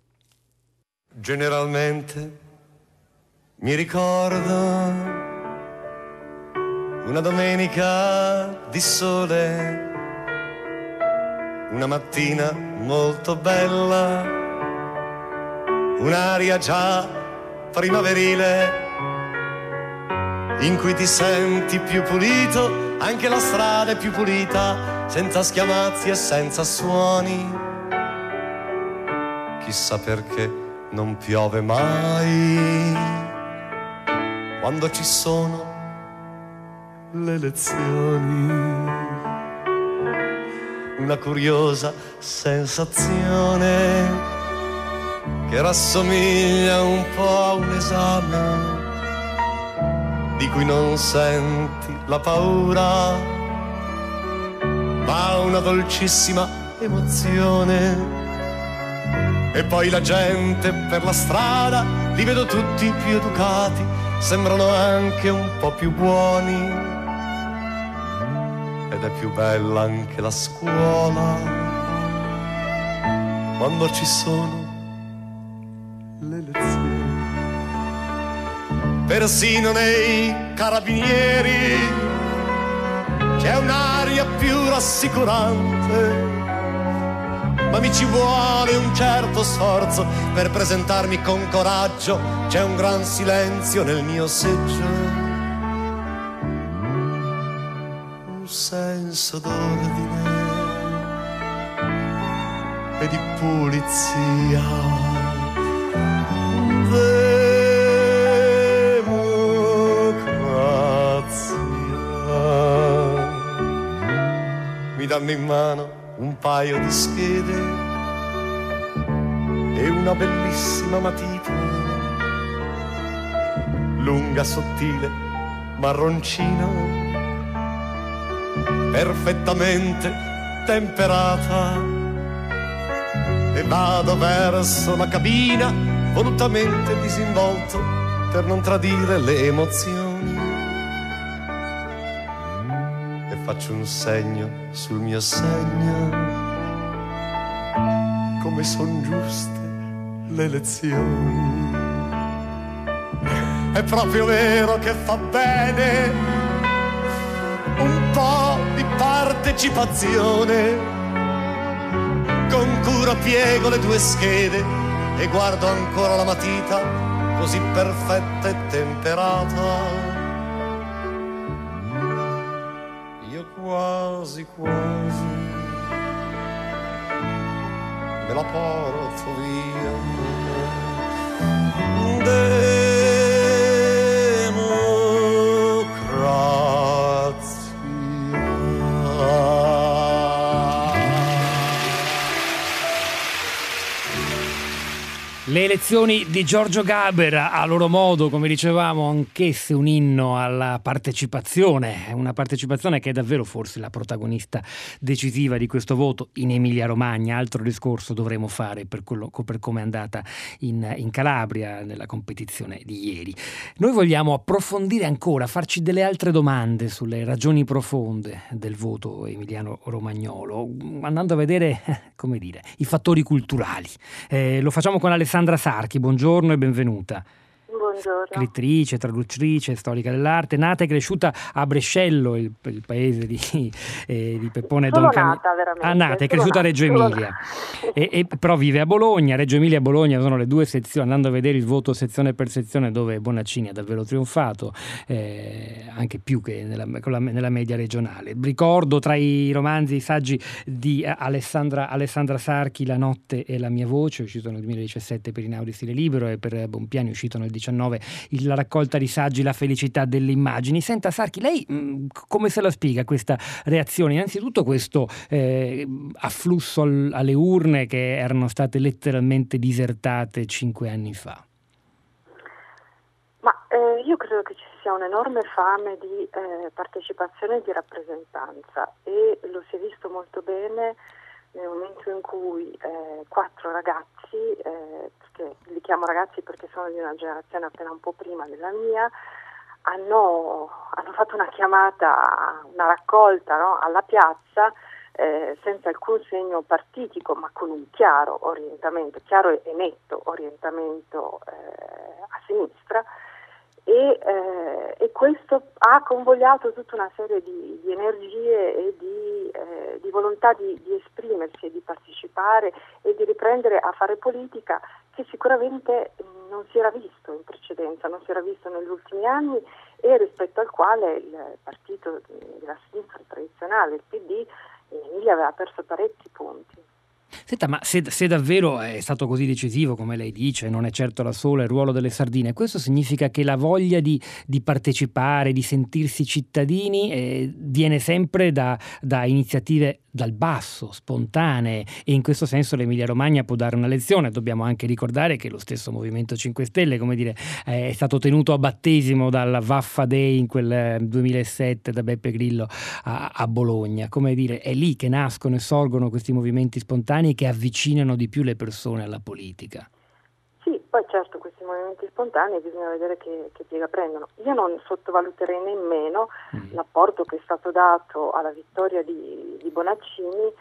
Generalmente mi ricordo una domenica di sole, una mattina molto bella, un'aria già primaverile in cui ti senti più pulito, anche la strada è più pulita, senza schiamazzi e senza suoni. Chissà perché non piove mai quando ci sono le lezioni. Una curiosa sensazione che rassomiglia un po' a un esame di cui non senti la paura, ma una dolcissima emozione. E poi la gente per la strada, li vedo tutti più educati, sembrano anche un po' più buoni. Ed è più bella anche la scuola quando ci sono le lezioni. Persino nei carabinieri c'è un'aria più rassicurante, ma mi ci vuole un certo sforzo per presentarmi con coraggio. C'è un gran silenzio nel mio seggio, un senso d'ordine e di pulizia. Mi danno in mano un paio di schede e una bellissima matita, lunga, sottile, marroncina, perfettamente temperata. E vado verso la cabina, volutamente disinvolto per non tradire le emozioni. Faccio un segno sul mio segno, come son giuste le lezioni. È proprio vero che fa bene un po' di partecipazione. Con cura piego le due schede e guardo ancora la matita così perfetta e temperata. Quasi quasi me la porto via. Le lezioni di Giorgio Gaber, a loro modo, come dicevamo, anch'esse un inno alla partecipazione, una partecipazione che è davvero forse la protagonista decisiva di questo voto in Emilia-Romagna. Altro discorso dovremo fare per come è andata in Calabria nella competizione di ieri. Noi vogliamo approfondire ancora, farci delle altre domande sulle ragioni profonde del voto emiliano-romagnolo, andando a vedere, come dire, i fattori culturali. Lo facciamo con Alessandra Sarchi, buongiorno e benvenuta. Buongiorno. Scrittrice, traduttrice, storica dell'arte, nata e cresciuta a Brescello, il paese di Peppone Don Camillo. Nata e cresciuta a Reggio Emilia, e però vive a Bologna. Reggio Emilia e Bologna sono le due sezioni, andando a vedere il voto sezione per sezione, dove Bonaccini ha davvero trionfato, anche più che nella media regionale. Ricordo tra i romanzi e i saggi di Alessandra Sarchi La notte e la mia voce, uscito nel 2017 per Inaudi Stile Libero, e per Bompiani uscito nel 2019 la raccolta di saggi La felicità delle immagini. Senta Sarchi, lei come se la spiega questa reazione? Innanzitutto questo afflusso alle urne che erano state letteralmente disertate 5 anni fa. Ma io credo che ci sia un'enorme fame di partecipazione e di rappresentanza, e lo si è visto molto bene nel momento in cui 4 ragazzi, perché li chiamo ragazzi perché sono di una generazione appena un po' prima della mia, hanno fatto una chiamata, una raccolta, no, alla piazza, senza alcun segno partitico, ma con un chiaro e netto orientamento a sinistra, e questo ha convogliato tutta una serie di energie e di volontà di esprimersi e di partecipare e di riprendere a fare politica, che sicuramente non si era visto in precedenza, non si era visto negli ultimi anni, e rispetto al quale il partito della sinistra tradizionale, il PD, in Emilia aveva perso parecchi punti. Senta, ma se davvero è stato così decisivo, come lei dice, non è certo la sola il ruolo delle sardine, questo significa che la voglia di partecipare, di sentirsi cittadini viene sempre da iniziative dal basso, spontanee, e in questo senso l'Emilia Romagna può dare una lezione. Dobbiamo anche ricordare che lo stesso Movimento 5 Stelle, come dire, è stato tenuto a battesimo dalla Vaffa Day in quel 2007 da Beppe Grillo a Bologna. Come dire, è lì che nascono e sorgono questi movimenti spontanei che avvicinano di più le persone alla politica. Sì, poi certo questi movimenti spontanei bisogna vedere che piega prendono. Io non sottovaluterei nemmeno l'apporto che è stato dato alla vittoria di Bonaccini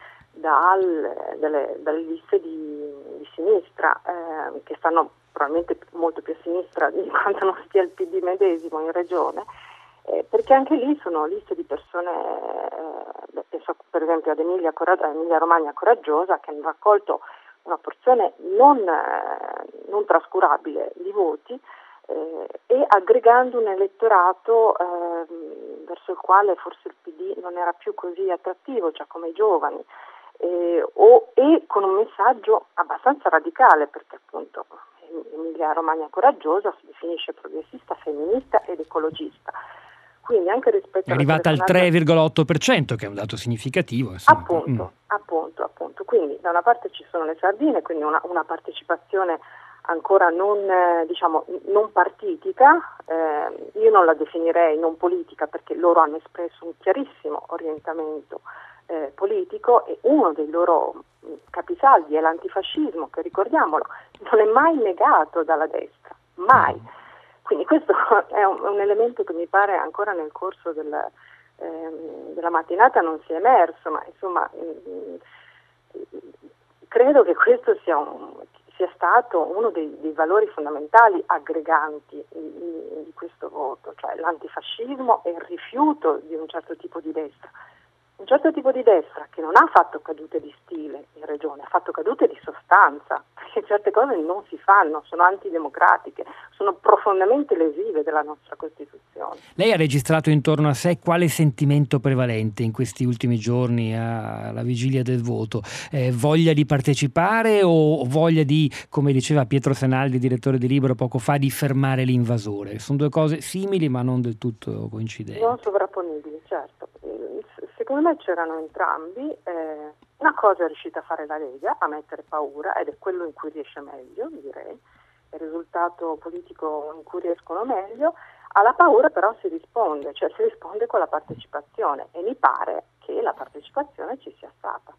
dalle liste di sinistra, che stanno probabilmente molto più a sinistra di quanto non stia il PD medesimo in regione, perché anche lì sono liste di persone, penso per esempio ad Emilia Romagna Coraggiosa, che hanno raccolto una porzione non trascurabile di voti, e aggregando un elettorato verso il quale forse il PD non era più così attrattivo, cioè come i giovani, e con un messaggio abbastanza radicale, perché appunto Emilia Romagna Coraggiosa si definisce progressista, femminista ed ecologista. Quindi anche rispetto è arrivata al 3,8%, che è un dato significativo. Appunto. Quindi da una parte ci sono le sardine, quindi una partecipazione ancora non partitica, io non la definirei non politica, perché loro hanno espresso un chiarissimo orientamento politico, e uno dei loro capisaldi è l'antifascismo, che ricordiamolo non è mai negato dalla destra, mai. Quindi questo è un elemento che mi pare ancora nel corso della mattinata non sia emerso, ma insomma credo che questo sia stato uno dei valori fondamentali aggreganti di questo voto, cioè l'antifascismo e il rifiuto di un certo tipo di destra. Un certo tipo di destra che non ha fatto cadute di stile in regione, ha fatto cadute di sostanza, perché certe cose non si fanno, sono antidemocratiche, sono profondamente lesive della nostra Costituzione. Lei ha registrato intorno a sé quale sentimento prevalente in questi ultimi giorni alla vigilia del voto? Voglia di partecipare o voglia di, come diceva Pietro Senaldi, direttore di Libero poco fa, di fermare l'invasore? Sono due cose simili ma non del tutto coincidenti. Non sovrapponibili, certo. Secondo me c'erano entrambi. Una cosa è riuscita a fare la Lega, a mettere paura, ed è quello in cui riesce meglio, direi, è il risultato politico in cui riescono meglio. Alla paura però si risponde con la partecipazione, e mi pare che la partecipazione ci sia stata.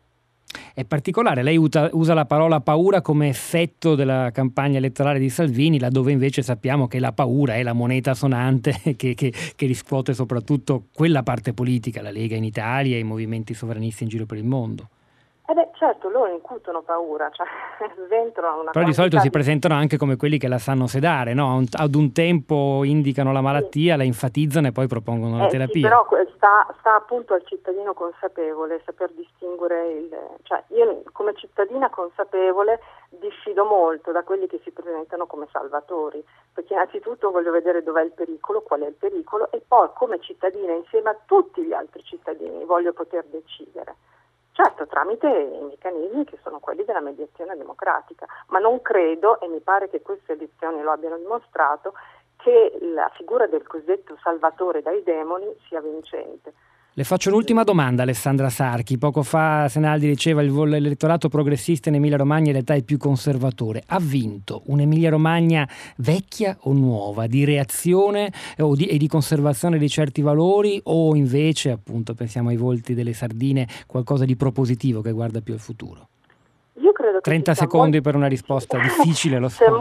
È particolare, lei usa la parola paura come effetto della campagna elettorale di Salvini, laddove invece sappiamo che la paura è la moneta sonante che riscuote soprattutto quella parte politica, la Lega in Italia e i movimenti sovranisti in giro per il mondo. Certo, loro incutono paura, cioè sventolano una. Però di solito si presentano anche come quelli che la sanno sedare, no? Ad un tempo indicano la malattia, la enfatizzano e poi propongono la terapia. Sì, però sta appunto al cittadino consapevole saper distinguere cioè io come cittadina consapevole diffido molto da quelli che si presentano come salvatori, perché innanzitutto voglio vedere dov'è il pericolo, qual è il pericolo, e poi come cittadina insieme a tutti gli altri cittadini voglio poter decidere. Certo, tramite i meccanismi che sono quelli della mediazione democratica, ma non credo, e mi pare che queste elezioni lo abbiano dimostrato, che la figura del cosiddetto salvatore dai demoni sia vincente. Le faccio un'ultima domanda, Alessandra Sarchi. Poco fa Senaldi diceva l'elettorato progressista in Emilia Romagna in realtà è più conservatore. Ha vinto un'Emilia Romagna vecchia o nuova, di reazione e di conservazione di certi valori, o invece, appunto, pensiamo ai volti delle sardine, qualcosa di propositivo che guarda più al futuro? Io credo che 30 secondi per una risposta difficile, lo so.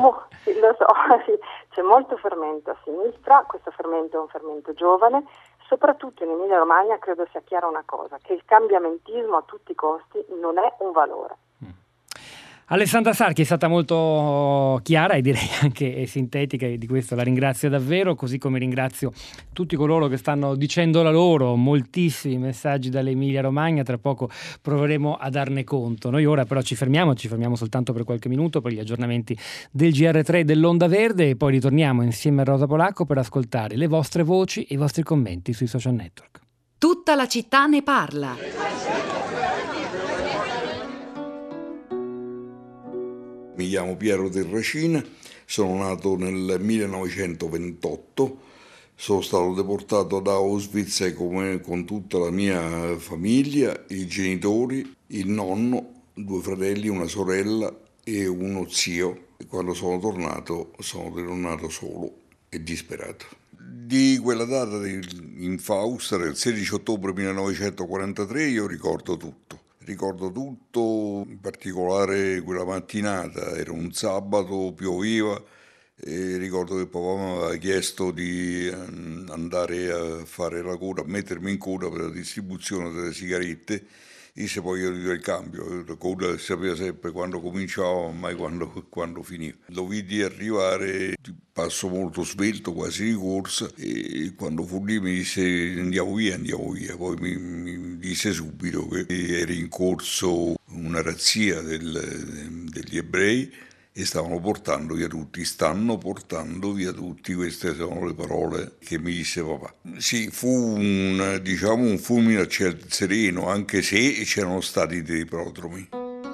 C'è molto fermento a sinistra, questo fermento è un fermento giovane. Soprattutto in Emilia Romagna credo sia chiara una cosa, che il cambiamentismo a tutti i costi non è un valore. Alessandra Sarchi è stata molto chiara e direi anche sintetica, e di questo la ringrazio davvero, così come ringrazio tutti coloro che stanno dicendo la loro, moltissimi messaggi dall'Emilia Romagna, tra poco proveremo a darne conto. Noi ora però ci fermiamo soltanto per qualche minuto per gli aggiornamenti del GR3 dell'Onda Verde e poi ritorniamo insieme a Rosa Polacco per ascoltare le vostre voci e i vostri commenti sui social network. Tutta la città ne parla. Mi chiamo Piero Terracina, sono nato nel 1928, sono stato deportato ad Auschwitz con tutta la mia famiglia, i genitori, il nonno, 2 fratelli, una sorella e uno zio. E quando sono tornato solo e disperato. Di quella data infausta, del 16 ottobre 1943, io ricordo tutto. Ricordo tutto, in particolare quella mattinata, era un sabato, pioveva, e ricordo che papà mi aveva chiesto di andare a fare la coda, a mettermi in coda per la distribuzione delle sigarette, e se poi io do il cambio, la coda sapeva sempre quando cominciava, mai quando finiva. Lo vidi arrivare, passo molto svelto, quasi di corsa, e quando fu lì mi disse andiamo via, poi mi disse subito che era in corso una razzia degli ebrei e stanno portando via tutti, queste sono le parole che mi disse papà. Sì, fu un fulmine a ciel sereno, anche se c'erano stati dei prodromi.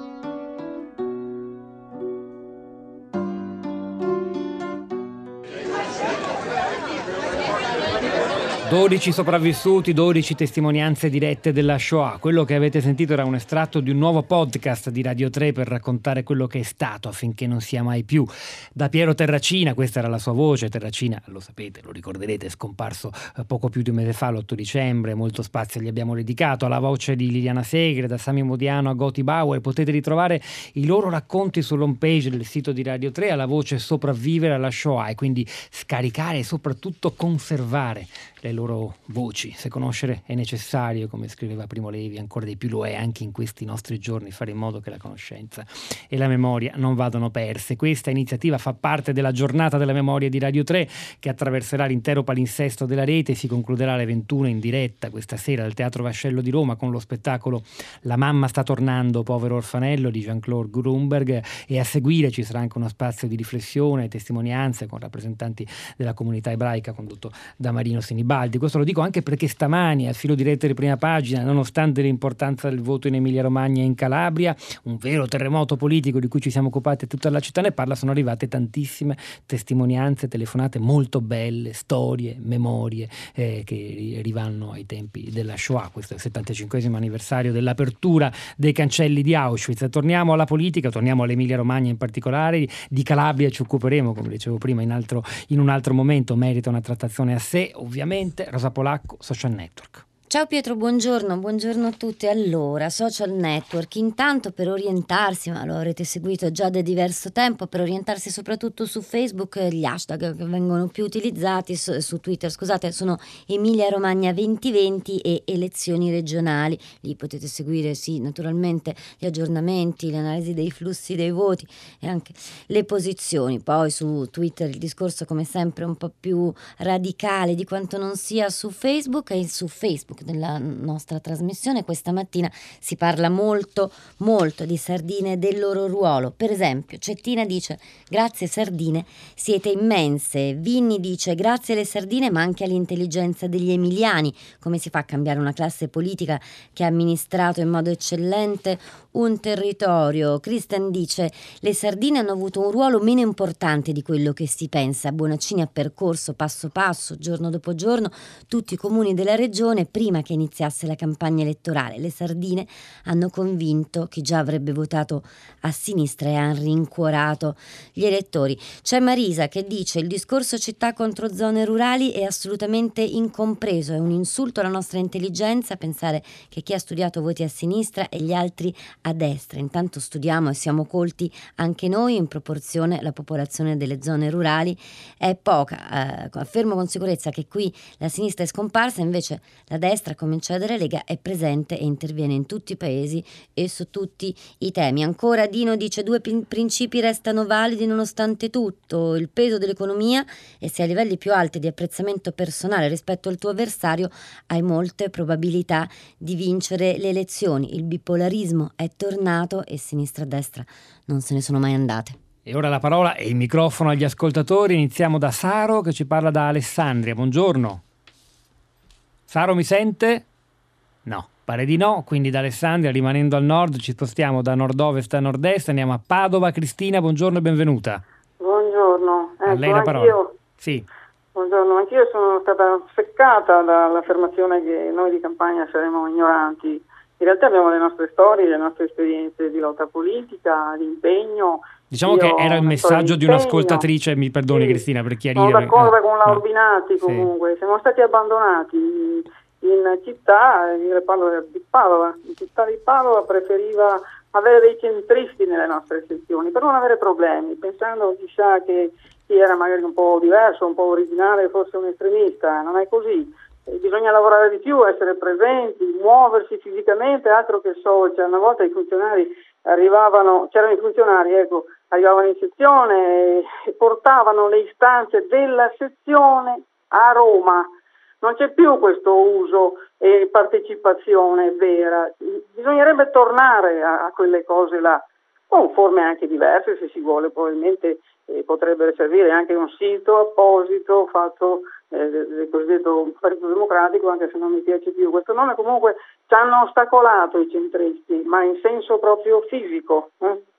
12 sopravvissuti, 12 testimonianze dirette della Shoah. Quello che avete sentito era un estratto di un nuovo podcast di Radio 3 per raccontare quello che è stato affinché non sia mai più. Da Piero Terracina, questa era la sua voce. Terracina, lo sapete, lo ricorderete, è scomparso poco più di un mese fa, l'8 dicembre, molto spazio gli abbiamo dedicato. Alla voce di Liliana Segre, da Sami Modiano a Goti Bauer, potete ritrovare i loro racconti sull'home page del sito di Radio 3, alla voce Sopravvivere alla Shoah, e quindi scaricare e soprattutto conservare le loro voci. Se conoscere è necessario, come scriveva Primo Levi, ancora di più lo è anche in questi nostri giorni, fare in modo che la conoscenza e la memoria non vadano perse. Questa iniziativa fa parte della giornata della memoria di Radio 3, che attraverserà l'intero palinsesto della rete e si concluderà alle 21 in diretta questa sera al Teatro Vascello di Roma con lo spettacolo La mamma sta tornando, povero orfanello di Jean-Claude Grunberg, e a seguire ci sarà anche uno spazio di riflessione e testimonianze con rappresentanti della comunità ebraica condotto da Marino Sinibaldi. Questo lo dico anche perché stamani al filo diretto di Prima Pagina, nonostante l'importanza del voto in Emilia Romagna e in Calabria, un vero terremoto politico di cui ci siamo occupati e tutta la città ne parla, sono arrivate tantissime testimonianze, telefonate molto belle, storie, memorie che rivanno ai tempi della Shoah. Questo è il 75esimo anniversario dell'apertura dei cancelli di Auschwitz. Torniamo alla politica, torniamo all'Emilia Romagna in particolare. Di Calabria ci occuperemo, come dicevo prima, in un altro momento, merita una trattazione a sé, ovviamente. Rosa Polacco, Social Network. Ciao Pietro, buongiorno a tutti. Allora, social network, intanto per orientarsi, ma lo avrete seguito già da diverso tempo, per orientarsi soprattutto su Facebook, gli hashtag che vengono più utilizzati su Twitter, scusate, sono Emilia Romagna 2020 e elezioni regionali. Lì potete seguire, sì, naturalmente gli aggiornamenti, l'analisi dei flussi dei voti e anche le posizioni. Poi su Twitter il discorso, come sempre, un po' più radicale di quanto non sia su Facebook, e su Facebook della nostra trasmissione questa mattina si parla molto di sardine e del loro ruolo. Per esempio Cettina dice: grazie sardine, siete immense. Vinni dice: grazie alle sardine ma anche all'intelligenza degli emiliani. Come si fa a cambiare una classe politica che ha amministrato in modo eccellente un territorio? Kristen dice: le sardine hanno avuto un ruolo meno importante di quello che si pensa. Bonaccini ha percorso passo passo, giorno dopo giorno, tutti i comuni della regione prima che iniziasse la campagna elettorale. Le sardine hanno convinto chi già avrebbe votato a sinistra e hanno rincuorato gli elettori. C'è Marisa che dice: il discorso città contro zone rurali è assolutamente incompreso, è un insulto alla nostra intelligenza pensare che chi ha studiato voti a sinistra e gli altri a destra. Intanto studiamo e siamo colti anche noi, in proporzione la popolazione delle zone rurali è poca. Affermo con sicurezza che qui la sinistra è scomparsa, invece la destra centrodestra, a cominciare dalla Lega, è presente e interviene in tutti i paesi e su tutti i temi. Ancora Dino dice: 2 principi restano validi nonostante tutto, il peso dell'economia, e se a livelli più alti di apprezzamento personale rispetto al tuo avversario hai molte probabilità di vincere le elezioni. Il bipolarismo è tornato e sinistra e destra non se ne sono mai andate. E ora la parola e il microfono agli ascoltatori. Iniziamo da Saro, che ci parla da Alessandria. Buongiorno. Saro, mi sente? No, pare di no. Quindi da Alessandria, rimanendo al nord, ci spostiamo da nord-ovest a nord-est, andiamo a Padova. Cristina, buongiorno e benvenuta. Buongiorno. A lei la parola. Sì. Buongiorno, anch'io sono stata seccata dall'affermazione che noi di Campania saremo ignoranti. In realtà abbiamo le nostre storie, le nostre esperienze di lotta politica, di impegno. Diciamo che era il messaggio di un'ascoltatrice, mi perdoni Cristina per chiarire. Sono d'accordo con Laura Binati comunque, siamo stati abbandonati in città, io parlo di Padova, in città di Padova preferiva avere dei centristi nelle nostre sezioni per non avere problemi, pensando chissà che chi era magari un po' diverso, un po' originale fosse un estremista, non è così. Bisogna lavorare di più, essere presenti, muoversi fisicamente, altro che social. Una volta i funzionari arrivavano in sezione e portavano le istanze della sezione a Roma. Non c'è più questo uso e partecipazione vera. Bisognerebbe tornare a quelle cose là, con forme anche diverse se si vuole, probabilmente potrebbe servire anche un sito apposito fatto del cosiddetto Partito Democratico, anche se non mi piace più questo nome. Comunque ci hanno ostacolato i centristi, ma in senso proprio fisico.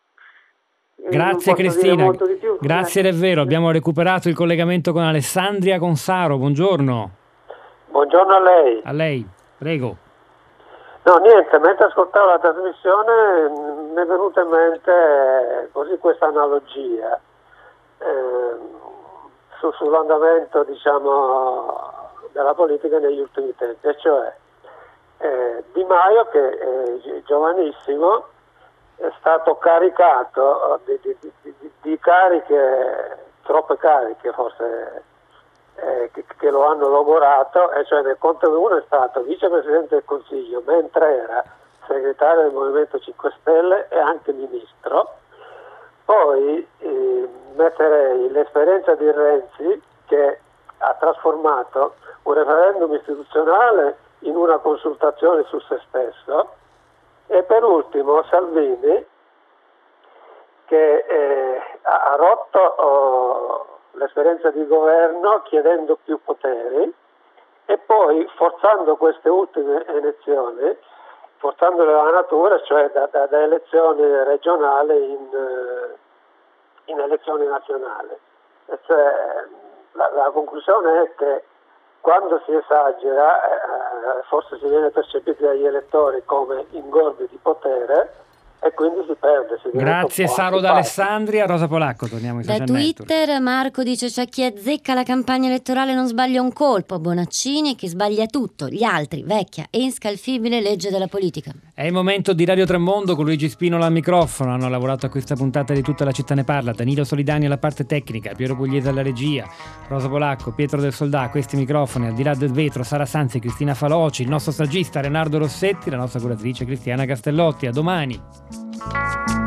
Grazie Cristina, grazie davvero. Abbiamo recuperato il collegamento con Alessandria, con Saro. Buongiorno. Buongiorno a lei. A lei, prego. No, niente, mentre ascoltavo la trasmissione mi è venuta in mente così questa analogia sull'andamento, diciamo, della politica negli ultimi tempi, e cioè Di Maio, che è giovanissimo, è stato caricato di cariche, troppe cariche forse, che lo hanno logorato, e cioè nel Conte 1 è stato vicepresidente del Consiglio, mentre era segretario del Movimento 5 Stelle e anche ministro. Poi metterei l'esperienza di Renzi, che ha trasformato un referendum istituzionale in una consultazione su se stesso, e per ultimo Salvini, che ha rotto l'esperienza di governo chiedendo più poteri, e poi forzando queste ultime elezioni, forzandole alla natura, cioè da elezioni regionali in elezioni nazionali. E cioè, la conclusione è che quando si esagera forse si viene percepiti dagli elettori come ingordi di potere, e quindi si perde. Grazie Saro da Alessandria. Rosa Polacco, torniamo in social Twitter network. Marco dice: c'è chi azzecca la campagna elettorale non sbaglia un colpo, Bonaccini che sbaglia tutto, gli altri vecchia e inscalfibile legge della politica. È il momento di Radio Tremondo con Luigi Spinola al microfono. Hanno lavorato a questa puntata di Tutta la città ne parla Danilo Solidani alla parte tecnica, Piero Pugliese alla regia, Rosa Polacco, Pietro del Soldà a questi microfoni, al di là del vetro Sara Sanzi, Cristina Faloci, il nostro saggista Leonardo Rossetti, la nostra curatrice Cristiana Castellotti. A domani.